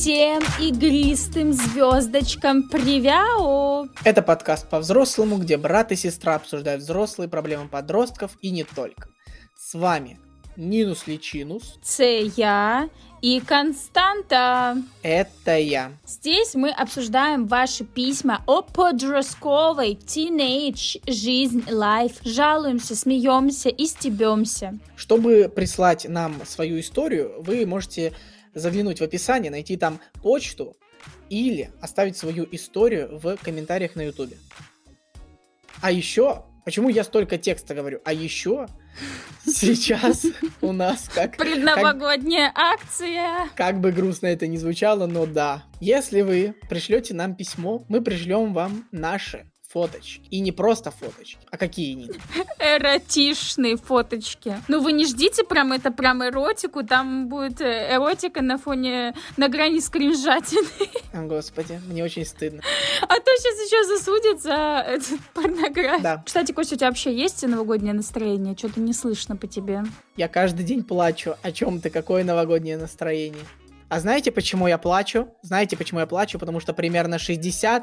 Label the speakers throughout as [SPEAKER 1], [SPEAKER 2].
[SPEAKER 1] Всем игристым звездочкам привет!
[SPEAKER 2] Это подкаст по-взрослому, где брат и сестра обсуждают взрослые проблемы подростков и не только. С вами Нинус Личинус.
[SPEAKER 1] Це я и Константа.
[SPEAKER 2] Это я.
[SPEAKER 1] Здесь мы обсуждаем ваши письма о подростковой, тинейдж, жизнь, лайф. Жалуемся, смеемся и стебемся.
[SPEAKER 2] Чтобы прислать нам свою историю, вы можете заглянуть в описание, найти там почту или оставить свою историю в комментариях на ютубе. А еще, почему я столько текста говорю? А еще сейчас у нас
[SPEAKER 1] предновогодняя акция.
[SPEAKER 2] Как бы грустно это ни звучало, но да. Если вы пришлете нам письмо, мы пришлем вам наши фоточки. И не просто фоточки. А какие, Нина?
[SPEAKER 1] Эротичные фоточки. Ну вы не ждите прям эротику, там будет эротика на грани скринжатины.
[SPEAKER 2] О, Господи, мне очень стыдно.
[SPEAKER 1] А то сейчас еще засудят за порнографию.
[SPEAKER 2] Да.
[SPEAKER 1] Кстати, Костя, у тебя вообще есть новогоднее настроение? Что-то не слышно по тебе.
[SPEAKER 2] Я каждый день плачу. О чем ты? Какое новогоднее настроение? А знаете, почему я плачу? Потому что примерно 60%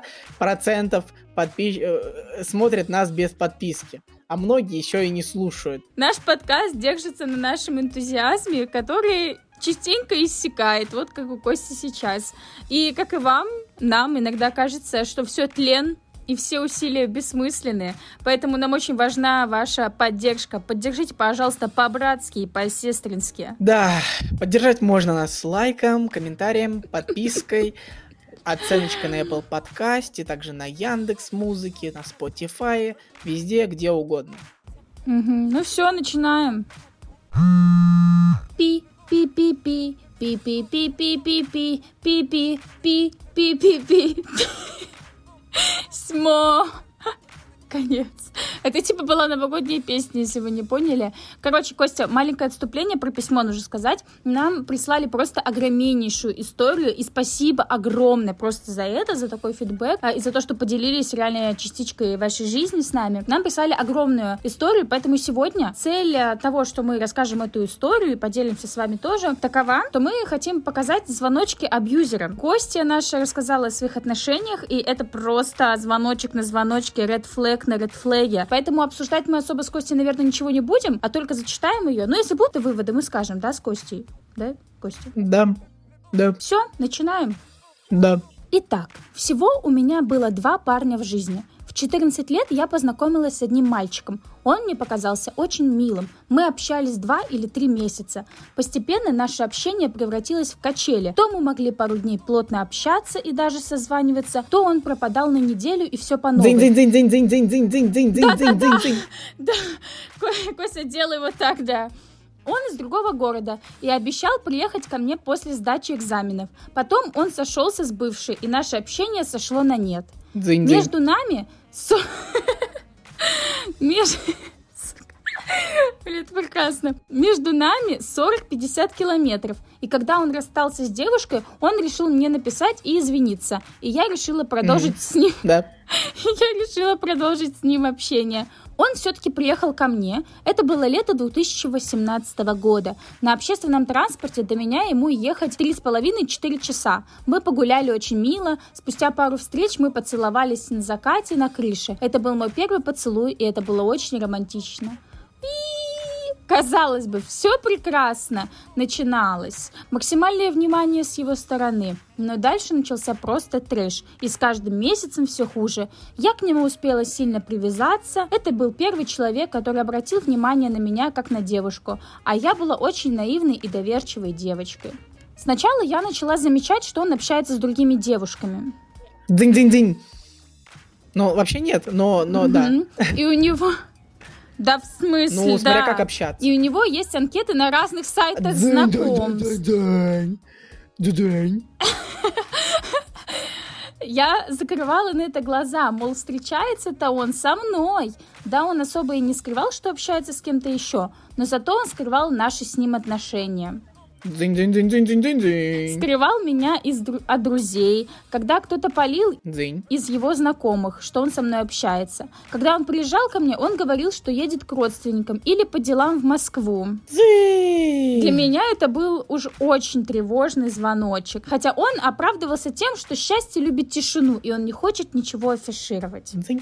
[SPEAKER 2] смотрят нас без подписки. А многие еще и не слушают.
[SPEAKER 1] Наш подкаст держится на нашем энтузиазме, который частенько иссякает, вот как у Кости сейчас. И как и вам, нам иногда кажется, что все тлен, и все усилия бессмысленны. Поэтому нам очень важна ваша поддержка. Поддержите, пожалуйста, по-братски и по-сестрински.
[SPEAKER 2] Да, поддержать можно нас лайком, комментарием, подпиской, оценочкой на Apple подкасте, также на Яндекс.Музыке, на Spotify, везде, где угодно.
[SPEAKER 1] Ну все, начинаем. Пи-пи-пи-пи, пи-пи-пи-пи-пи-пи, пи-пи-пи-пи-пи-пи. Смо. Конец. Это типа была новогодняя песня, если вы не поняли. Короче, Костя, маленькое отступление про письмо нужно сказать. Нам прислали просто огромнейшую историю, и спасибо огромное просто за это, за такой фидбэк, и за то, что поделились реально частичкой вашей жизни с нами. Нам прислали огромную историю, поэтому сегодня цель того, что мы расскажем эту историю и поделимся с вами тоже, такова, что мы хотим показать звоночки абьюзерам. Костя наша рассказала о своих отношениях, и это просто звоночек на звоночке, red flag на red flag. Поэтому обсуждать мы особо с Костей, наверное, ничего не будем, а только зачитаем ее. Но если будут выводы, мы скажем, да, с Костей? Да, Костя?
[SPEAKER 2] Да.
[SPEAKER 1] Все, начинаем.
[SPEAKER 2] Да.
[SPEAKER 1] Итак, всего у меня было 2 парня в жизни. В 14 лет я познакомилась с одним мальчиком. Он мне показался очень милым. Мы общались 2 или 3 месяца. Постепенно наше общение превратилось в качели. То мы могли пару дней плотно общаться и даже созваниваться, то он пропадал на неделю и все по новой. Да, Костя, делай вот так, да. Он из другого города и обещал приехать ко мне после сдачи экзаменов. Потом он сошелся с бывшей, и наше общение сошло на нет. Между нами... Это прекрасно. Между нами 40-50 километров. И когда он расстался с девушкой, он решил мне написать и извиниться. И я решила продолжить с ним...
[SPEAKER 2] Да.
[SPEAKER 1] Я решила продолжить с ним общение. Он все-таки приехал ко мне. Это было лето 2018 года. На общественном транспорте до меня ему ехать 3,5-4 часа. Мы погуляли очень мило. Спустя пару встреч мы поцеловались на закате на крыше. Это был мой первый поцелуй, и это было очень романтично. Казалось бы, все прекрасно начиналось. Максимальное внимание с его стороны. Но дальше начался просто трэш. И с каждым месяцем все хуже. Я к нему успела сильно привязаться. Это был первый человек, который обратил внимание на меня как на девушку. А я была очень наивной и доверчивой девочкой. Сначала я начала замечать, что он общается с другими девушками.
[SPEAKER 2] Дынь-дынь-дынь. Ну, вообще нет, но да.
[SPEAKER 1] И у него... Да, в смысле,
[SPEAKER 2] ну, смотря как общаться.
[SPEAKER 1] И у него есть анкеты на разных сайтах знакомств. Я закрывала на это глаза, мол, встречается-то он со мной. Да, он особо и не скрывал, что общается с кем-то еще, но зато он скрывал наши с ним отношения. Скрывал меня от друзей, когда кто-то палил из его знакомых, что он со мной общается. Когда он приезжал ко мне, он говорил, что едет к родственникам или по делам в Москву. Для меня это был уж очень тревожный звоночек. Хотя он оправдывался тем, что счастье любит тишину, и он не хочет ничего афишировать.
[SPEAKER 2] Дзынь.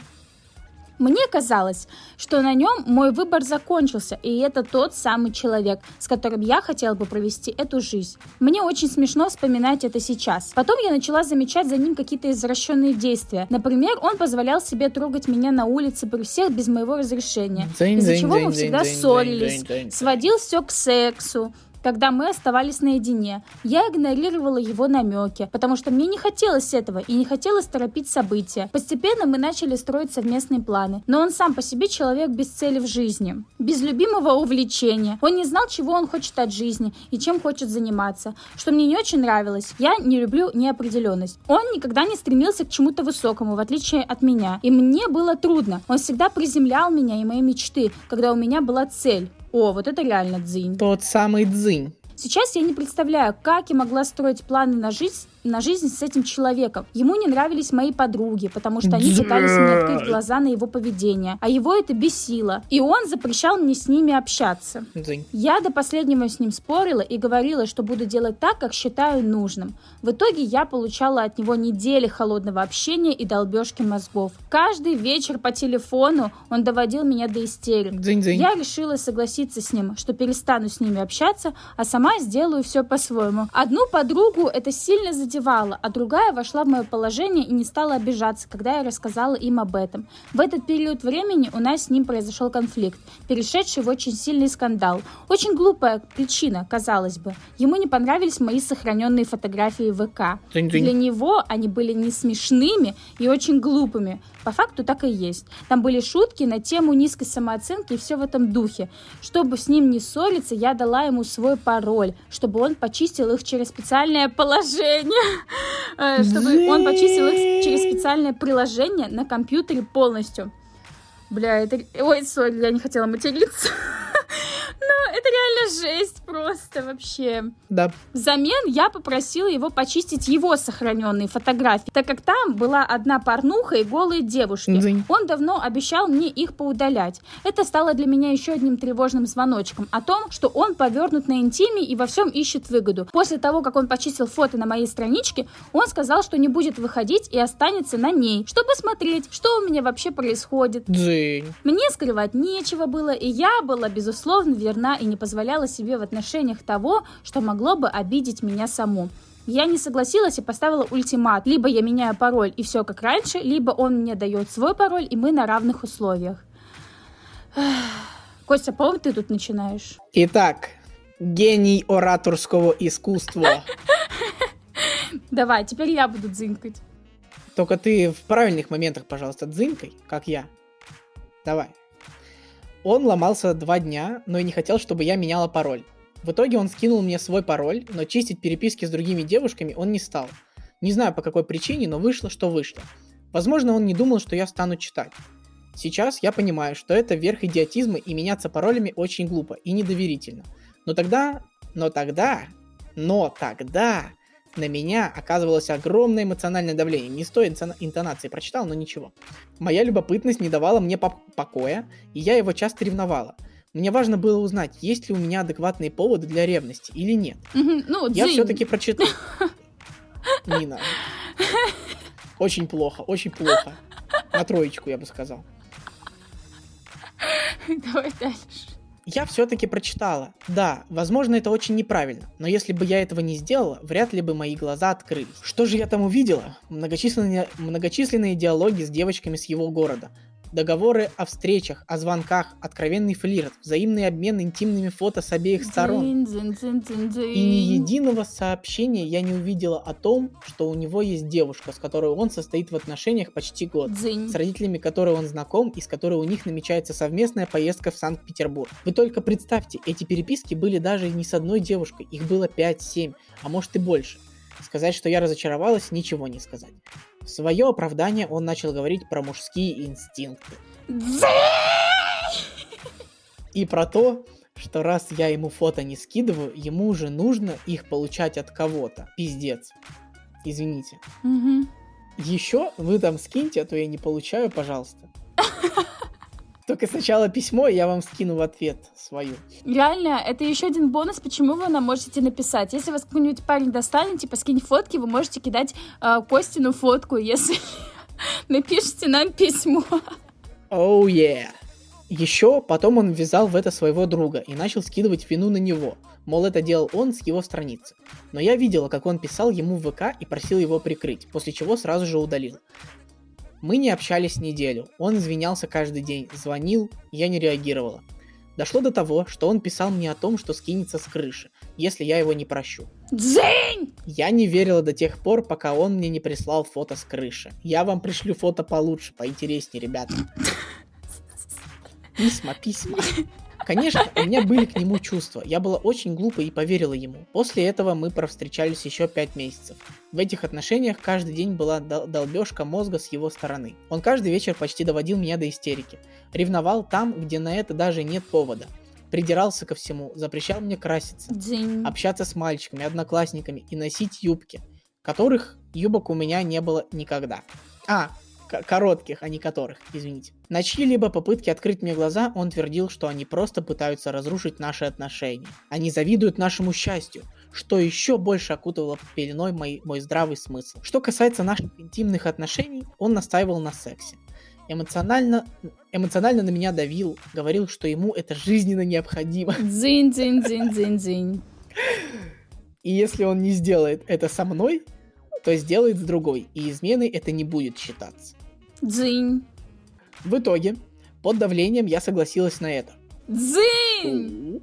[SPEAKER 1] Мне казалось, что на нем мой выбор закончился, и это тот самый человек, с которым я хотела бы провести эту жизнь. Мне очень смешно вспоминать это сейчас. Потом я начала замечать за ним какие-то извращенные действия. Например, он позволял себе трогать меня на улице при всех без моего разрешения, из-за чего мы всегда ссорились, сводил все к сексу. Когда мы оставались наедине, я игнорировала его намеки, потому что мне не хотелось этого и не хотелось торопить события. Постепенно мы начали строить совместные планы, но он сам по себе человек без цели в жизни, без любимого увлечения. Он не знал, чего он хочет от жизни и чем хочет заниматься, что мне не очень нравилось. Я не люблю неопределенность. Он никогда не стремился к чему-то высокому, в отличие от меня, и мне было трудно. Он всегда приземлял меня и мои мечты, когда у меня была цель. О, вот это реально дзынь.
[SPEAKER 2] Тот самый дзынь.
[SPEAKER 1] Сейчас я не представляю, как я могла строить планы на жизнь с этим человеком. Ему не нравились мои подруги, потому что они пытались мне открыть глаза на его поведение, а его это бесило. И он запрещал мне с ними общаться.
[SPEAKER 2] Дзынь.
[SPEAKER 1] Я до последнего с ним спорила и говорила, что буду делать так, как считаю нужным. В итоге я получала от него недели холодного общения и долбежки мозгов. Каждый вечер по телефону он доводил меня до истерик.
[SPEAKER 2] Дзынь-дзынь.
[SPEAKER 1] Я решила согласиться с ним, что перестану с ними общаться, а сама сделаю все по-своему. Одну подругу это сильно задевало, а другая вошла в мое положение и не стала обижаться, когда я рассказала им об этом. В этот период времени у нас с ним произошел конфликт, перешедший в очень сильный скандал. Очень глупая причина, казалось бы. Ему не понравились мои сохраненные фотографии в ВК.
[SPEAKER 2] Дзынь-дзынь.
[SPEAKER 1] Для него они были не смешными и очень глупыми. По факту так и есть. Там были шутки на тему низкой самооценки и все в этом духе. Чтобы с ним не ссориться, я дала ему свой пароль, чтобы он почистил их через специальное положение. Чтобы он почистил их через специальное приложение на компьютере полностью. Бля, это... Ой, сори, я не хотела материться. Ну, это реально жесть просто вообще.
[SPEAKER 2] Да.
[SPEAKER 1] Взамен я попросила его почистить его сохраненные фотографии, так как там была одна порнуха и голые девушки.
[SPEAKER 2] Дзынь.
[SPEAKER 1] Он давно обещал мне их поудалять. Это стало для меня еще одним тревожным звоночком о том, что он повернут на интиме и во всем ищет выгоду. После того, как он почистил фото на моей страничке, он сказал, что не будет выходить и останется на ней, чтобы смотреть, что у меня вообще происходит.
[SPEAKER 2] Дзынь.
[SPEAKER 1] Мне скрывать нечего было, и я была, безусловно, верна и не позволяла себе в отношениях того, что могло бы обидеть меня саму. Я не согласилась и поставила ультимат. Либо я меняю пароль и все как раньше, либо он мне дает свой пароль, и мы на равных условиях. Костя, по-моему, ты тут начинаешь.
[SPEAKER 2] Итак, гений ораторского искусства.
[SPEAKER 1] Давай, теперь я буду дзынькать.
[SPEAKER 2] Только ты в правильных моментах, пожалуйста, дзынькай, как я. Давай. Он ломался 2 дня, но и не хотел, чтобы я меняла пароль. В итоге он скинул мне свой пароль, но чистить переписки с другими девушками он не стал. Не знаю по какой причине, но вышло, что вышло. Возможно, он не думал, что я стану читать. Сейчас я понимаю, что это верх идиотизма и меняться паролями очень глупо и недоверительно. Но тогда на меня оказывалось огромное эмоциональное давление. Не с той интонацией прочитал, но ничего. Моя любопытность не давала мне покоя, и я его часто ревновала. Мне важно было узнать, есть ли у меня адекватные поводы для ревности или нет.
[SPEAKER 1] Ну,
[SPEAKER 2] Я все-таки прочитал. Нина. Очень плохо, очень плохо. На 3, я бы сказал.
[SPEAKER 1] Давай дальше.
[SPEAKER 2] Я все-таки прочитала. Да, возможно, это очень неправильно, но если бы я этого не сделала, вряд ли бы мои глаза открылись. Что же я там увидела? Многочисленные диалоги с девочками с его города. Договоры о встречах, о звонках, откровенный флирт, взаимный обмен интимными фото с обеих сторон. И ни единого сообщения я не увидела о том, что у него есть девушка, с которой он состоит в отношениях почти год, с родителями которой он знаком и с которой у них намечается совместная поездка в Санкт-Петербург. Вы только представьте, эти переписки были даже не с одной девушкой, их было 5-7, а может и больше. Сказать, что я разочаровалась, ничего не сказать. В свое оправдание он начал говорить про мужские инстинкты. И про то, что раз я ему фото не скидываю, ему уже нужно их получать от кого-то. Пиздец. Извините. Еще вы там скиньте, а то я не получаю, пожалуйста. Только сначала письмо, и я вам скину в ответ свою.
[SPEAKER 1] Реально, это еще один бонус, почему вы нам можете написать. Если вас какой-нибудь парень достанет, типа, скинь фотки, вы можете кидать Костину фотку, если напишите нам письмо.
[SPEAKER 2] Oh yeah. Еще потом он ввязал в это своего друга и начал скидывать вину на него. Мол, это делал он с его страницы. Но я видела, как он писал ему в ВК и просил его прикрыть, после чего сразу же удалил. Мы не общались неделю. Он извинялся каждый день, звонил, я не реагировала. Дошло до того, что он писал мне о том, что скинется с крыши, если я его не прощу.
[SPEAKER 1] Дзынь!
[SPEAKER 2] Я не верила до тех пор, пока он мне не прислал фото с крыши. Я вам пришлю фото получше, поинтереснее, ребята. Письма. Конечно, у меня были к нему чувства. Я была очень глупой и поверила ему. После этого мы провстречались еще 5 месяцев. В этих отношениях каждый день была долбежка мозга с его стороны. Он каждый вечер почти доводил меня до истерики. Ревновал там, где на это даже нет повода. Придирался ко всему, запрещал мне краситься, общаться с мальчиками, одноклассниками и носить юбки, которых юбок у меня не было никогда. Коротких, а не которых, извините. На чьи-либо попытки открыть мне глаза он твердил, что они просто пытаются разрушить наши отношения. Они завидуют нашему счастью, что еще больше окутывало пеленой мой здравый смысл. Что касается наших интимных отношений, он настаивал на сексе. Эмоционально на меня давил, говорил, что ему это жизненно необходимо.
[SPEAKER 1] Дзынь.
[SPEAKER 2] И если он не сделает это со мной, то сделает с другой, и изменой это не будет считаться.
[SPEAKER 1] Дзынь.
[SPEAKER 2] В итоге, под давлением я согласилась на это.
[SPEAKER 1] Дзынь!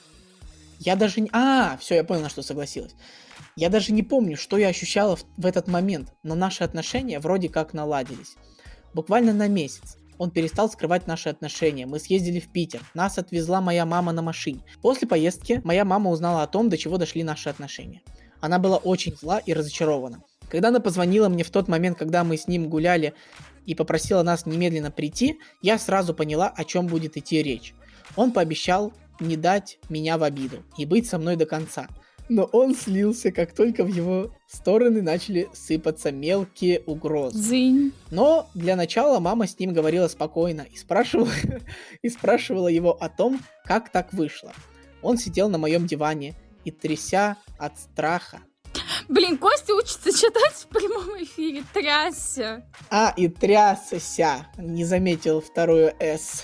[SPEAKER 2] Я даже не... все, я понял, на что согласилась. Я даже не помню, что я ощущала в этот момент, но наши отношения вроде как наладились. Буквально на месяц. Он перестал скрывать наши отношения. Мы съездили в Питер. Нас отвезла моя мама на машине. После поездки моя мама узнала о том, до чего дошли наши отношения. Она была очень зла и разочарована. Когда она позвонила мне в тот момент, когда мы с ним гуляли, и попросила нас немедленно прийти, я сразу поняла, о чем будет идти речь. Он пообещал не дать меня в обиду и быть со мной до конца. Но он слился, как только в его стороны начали сыпаться мелкие угрозы.
[SPEAKER 1] Дзынь.
[SPEAKER 2] Но для начала мама с ним говорила спокойно и спрашивала его о том, как так вышло. Он сидел на моем диване и, тряся от страха.
[SPEAKER 1] Блин, Костя учится читать в прямом эфире. Трясся.
[SPEAKER 2] И трясся. Не заметил вторую «С».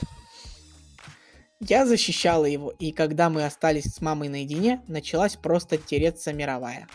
[SPEAKER 2] Я защищала его, и когда мы остались с мамой наедине, началась просто тереться мировая.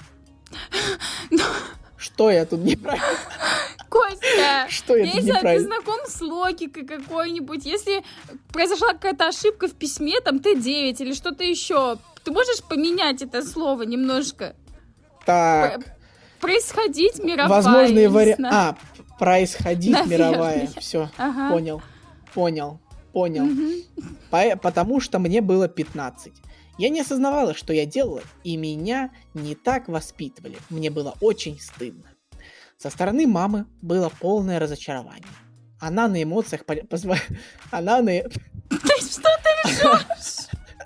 [SPEAKER 2] Что я тут неправильно?
[SPEAKER 1] Костя,
[SPEAKER 2] что я тут неправильно?
[SPEAKER 1] Ты знаком с логикой какой-нибудь. Если произошла какая-то ошибка в письме, там Т9 или что-то еще, ты можешь поменять это слово немножко?
[SPEAKER 2] Так.
[SPEAKER 1] Происходить мировая.
[SPEAKER 2] Возможные варианты. Происходить
[SPEAKER 1] Наверное.
[SPEAKER 2] Мировая. Все,
[SPEAKER 1] ага.
[SPEAKER 2] Понял.
[SPEAKER 1] Угу.
[SPEAKER 2] Потому что мне было 15. Я не осознавала, что я делала, и меня не так воспитывали. Мне было очень стыдно. Со стороны мамы было полное разочарование. Она на эмоциях Она на...
[SPEAKER 1] Что ты ржешь?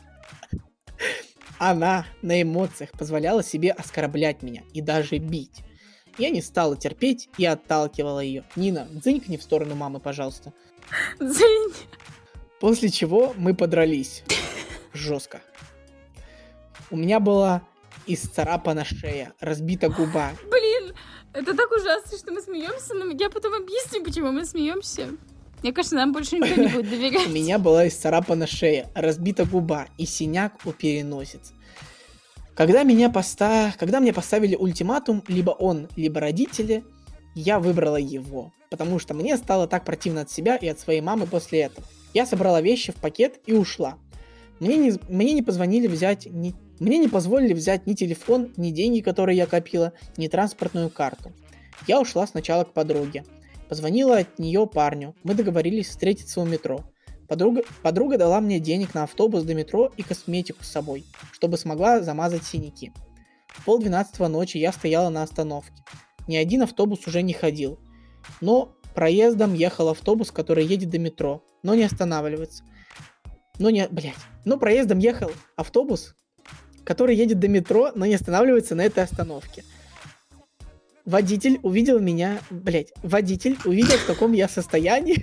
[SPEAKER 2] Она на эмоциях позволяла себе оскорблять меня и даже бить. Я не стала терпеть и отталкивала ее. Нина, дзынькни в сторону мамы, пожалуйста.
[SPEAKER 1] Дзынь.
[SPEAKER 2] После чего мы подрались. Жестко. У меня была исцарапана шея, разбита губа.
[SPEAKER 1] Блин, это так ужасно, что мы смеемся, но я потом объясню, почему мы смеемся. Мне кажется, нам больше никто не будет доверять.
[SPEAKER 2] У меня была исцарапана шея, разбита губа и синяк у переносицы. Когда мне поставили ультиматум, либо он, либо родители, я выбрала его, потому что мне стало так противно от себя и от своей мамы после этого. Я собрала вещи в пакет и ушла. Мне не позволили взять ни телефон, ни деньги, которые я копила, ни транспортную карту. Я ушла сначала к подруге. Позвонила от нее парню. Мы договорились встретиться у метро. Подруга дала мне денег на автобус до метро и косметику с собой, чтобы смогла замазать синяки. В 11:30 ночи я стояла на остановке. Ни один автобус уже не ходил. Но проездом ехал автобус, который едет до метро, но не останавливается. Но проездом ехал автобус, который едет до метро, но не останавливается на этой остановке. Водитель увидел, в каком я состоянии,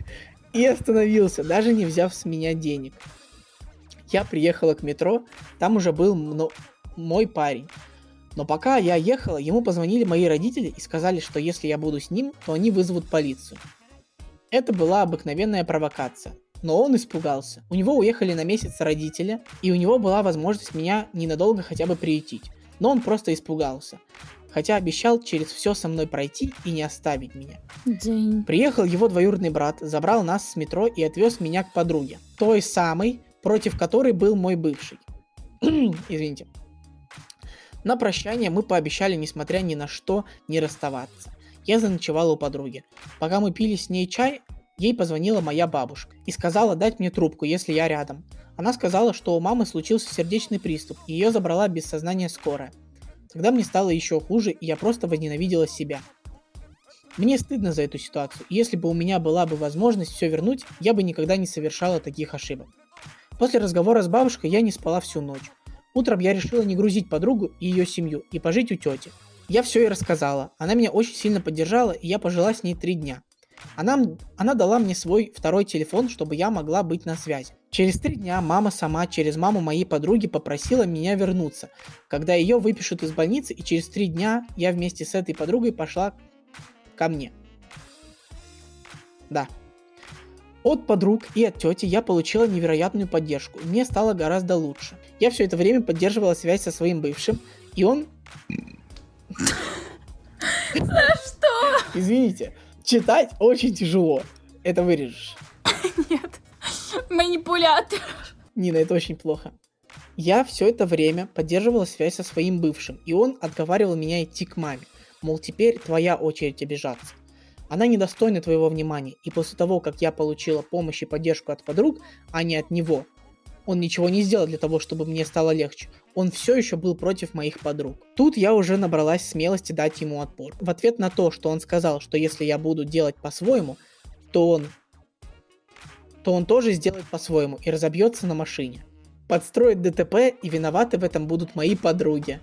[SPEAKER 2] И остановился, даже не взяв с меня денег. Я приехала к метро, там уже был мой парень. Но пока я ехала, ему позвонили мои родители и сказали, что если я буду с ним, то они вызовут полицию. Это была обыкновенная провокация. Но он испугался. У него уехали на месяц родители, и у него была возможность меня ненадолго хотя бы приютить. Но он просто испугался. Хотя обещал через все со мной пройти и не оставить меня.
[SPEAKER 1] День.
[SPEAKER 2] Приехал его двоюродный брат, забрал нас с метро и отвез меня к подруге. Той самой, против которой был мой бывший. Извините. На прощание мы пообещали, несмотря ни на что, не расставаться. Я заночевала у подруги. Пока мы пили с ней чай, ей позвонила моя бабушка и сказала дать мне трубку, если я рядом. Она сказала, что у мамы случился сердечный приступ, и ее забрала без сознания скорая. Тогда мне стало еще хуже, и я просто возненавидела себя. Мне стыдно за эту ситуацию, и если бы у меня была бы возможность все вернуть, я бы никогда не совершала таких ошибок. После разговора с бабушкой я не спала всю ночь. Утром я решила не грузить подругу и ее семью и пожить у тети. Я все ей рассказала, она меня очень сильно поддержала, и я пожила с ней 3 дня. Она дала мне свой второй телефон, чтобы я могла быть на связи. Через 3 дня мама сама через маму моей подруги попросила меня вернуться, когда ее выпишут из больницы, и через 3 дня я вместе с этой подругой пошла ко мне. Да. От подруг и от тети я получила невероятную поддержку. Мне стало гораздо лучше. Я все это время поддерживала связь со своим бывшим, и он...
[SPEAKER 1] За что?
[SPEAKER 2] Извините, читать очень тяжело. Это вырежешь.
[SPEAKER 1] Нет. Манипулятор.
[SPEAKER 2] Нина, это очень плохо. Я все это время поддерживала связь со своим бывшим, и он отговаривал меня идти к маме. Мол, теперь твоя очередь обижаться. Она недостойна твоего внимания, и после того, как я получила помощь и поддержку от подруг, а не от него, он ничего не сделал для того, чтобы мне стало легче. Он все еще был против моих подруг. Тут я уже набралась смелости дать ему отпор. В ответ на то, что он сказал, что если я буду делать по-своему, то он тоже сделает по-своему и разобьется на машине. Подстроит ДТП, и виноваты в этом будут мои подруги.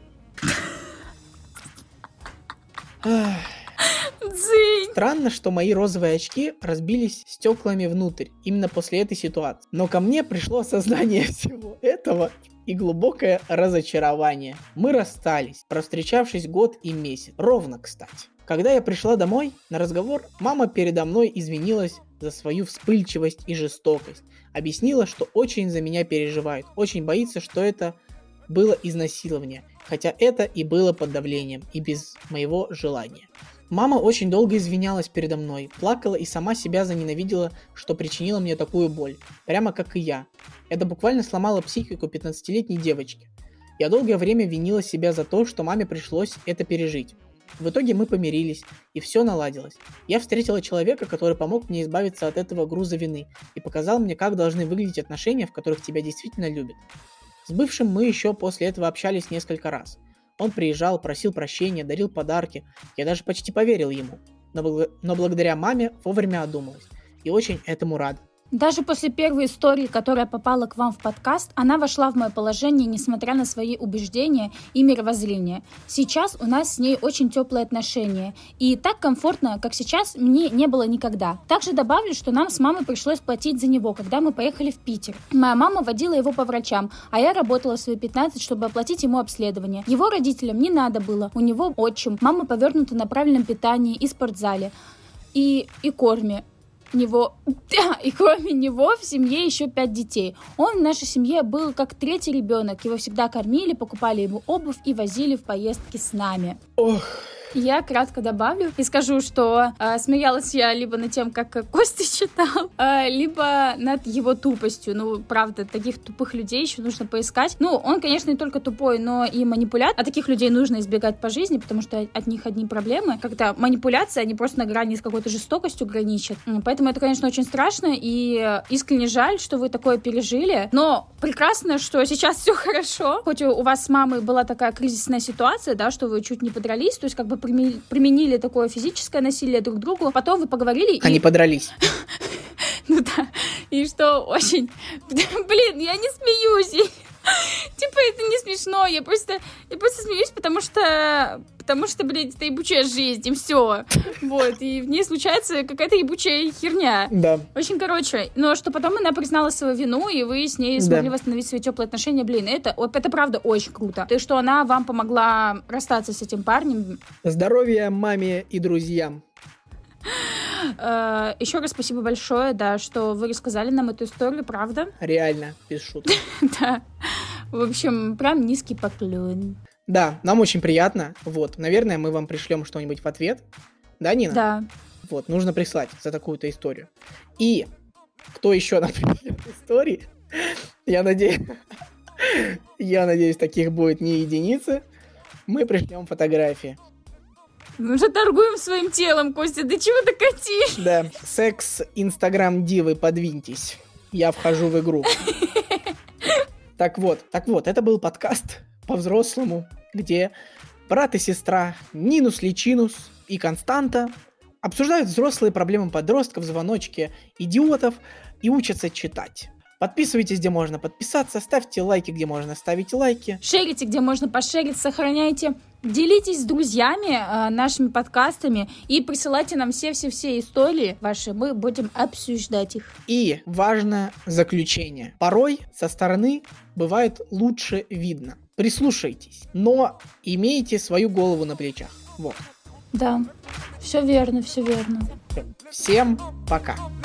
[SPEAKER 2] Странно, что мои розовые очки разбились стеклами внутрь именно после этой ситуации. Но ко мне пришло осознание всего этого и глубокое разочарование. Мы расстались, провстречавшись год и месяц. Ровно, кстати. Когда я пришла домой на разговор, мама передо мной извинилась за свою вспыльчивость и жестокость. Объяснила, что очень за меня переживает, очень боится, что это было изнасилование, хотя это и было под давлением и без моего желания. Мама очень долго извинялась передо мной, плакала и сама себя заненавидела, что причинила мне такую боль, прямо как и я. Это буквально сломало психику 15-летней девочки. Я долгое время винила себя за то, что маме пришлось это пережить. В итоге мы помирились, и все наладилось. Я встретила человека, который помог мне избавиться от этого груза вины и показал мне, как должны выглядеть отношения, в которых тебя действительно любят. С бывшим мы еще после этого общались несколько раз. Он приезжал, просил прощения, дарил подарки. Я даже почти поверил ему. Но благодаря маме вовремя одумалась. И очень этому рад.
[SPEAKER 1] Даже после первой истории, которая попала к вам в подкаст, она вошла в мое положение, несмотря на свои убеждения и мировоззрение. Сейчас у нас с ней очень теплые отношения. И так комфортно, как сейчас, мне не было никогда. Также добавлю, что нам с мамой пришлось платить за него, когда мы поехали в Питер. Моя мама водила его по врачам, а я работала в свои 15, чтобы оплатить ему обследование. Его родителям не надо было. У него отчим, мама повернута на правильном питании и спортзале. И корме. И кроме него в семье еще 5 детей. Он в нашей семье был как 3-й ребенок. Его всегда кормили, покупали ему обувь и возили в поездки с нами. Я кратко добавлю и скажу, что смеялась я либо над тем, как Костя читал, либо над его тупостью. Ну, правда, таких тупых людей еще нужно поискать. Ну, он, конечно, не только тупой, но и манипулятор. А таких людей нужно избегать по жизни, потому что от них одни проблемы. Когда манипуляция, они просто на грани с какой-то жестокостью граничат. Поэтому это, конечно, очень страшно, и искренне жаль, что вы такое пережили. Но прекрасно, что сейчас все хорошо. Хоть у вас с мамой была такая кризисная ситуация, да, что вы чуть не подрались, то есть как бы применили такое физическое насилие друг к другу, потом вы поговорили
[SPEAKER 2] Они подрались.
[SPEAKER 1] Ну да, и что очень... Блин, я не смеюсь. Типа, это не смешно, я просто смеюсь, потому что, блядь, это ебучая жизнь, и все. Вот, и в ней случается какая-то ебучая херня.
[SPEAKER 2] Да.
[SPEAKER 1] В общем, короче, но что потом она признала свою вину, и вы с ней смогли восстановить свои теплые отношения. Блин, это правда очень круто. То, что она вам помогла расстаться с этим парнем.
[SPEAKER 2] Здоровья маме и друзьям.
[SPEAKER 1] Еще раз спасибо большое, да, что вы рассказали нам эту историю, правда?
[SPEAKER 2] Реально, без шуток.
[SPEAKER 1] Да. В общем, прям низкий поклон.
[SPEAKER 2] Да, нам очень приятно. Вот, наверное, мы вам пришлем что-нибудь в ответ. Да, Нина?
[SPEAKER 1] Да.
[SPEAKER 2] Вот, нужно прислать за такую-то историю. И кто еще нам пришлет истории, я надеюсь, таких будет не единицы, мы пришлем фотографии.
[SPEAKER 1] Мы уже торгуем своим телом, Костя, до чего докатишь?
[SPEAKER 2] Да, секс, инстаграм дивы, подвиньтесь. Я вхожу в игру. Так вот, это был подкаст по-взрослому, где брат и сестра Нинус, Личинус и Константа обсуждают взрослые проблемы подростков, звоночки, идиотов и учатся читать. Подписывайтесь, где можно подписаться, ставьте лайки, где можно ставить лайки.
[SPEAKER 1] Шерите, где можно пошерить, сохраняйте. Делитесь с друзьями нашими подкастами и присылайте нам все истории ваши. Мы будем обсуждать их.
[SPEAKER 2] И важное заключение. Порой со стороны бывает лучше видно. Прислушайтесь, но имейте свою голову на плечах. Вот.
[SPEAKER 1] Да, все верно.
[SPEAKER 2] Всем пока.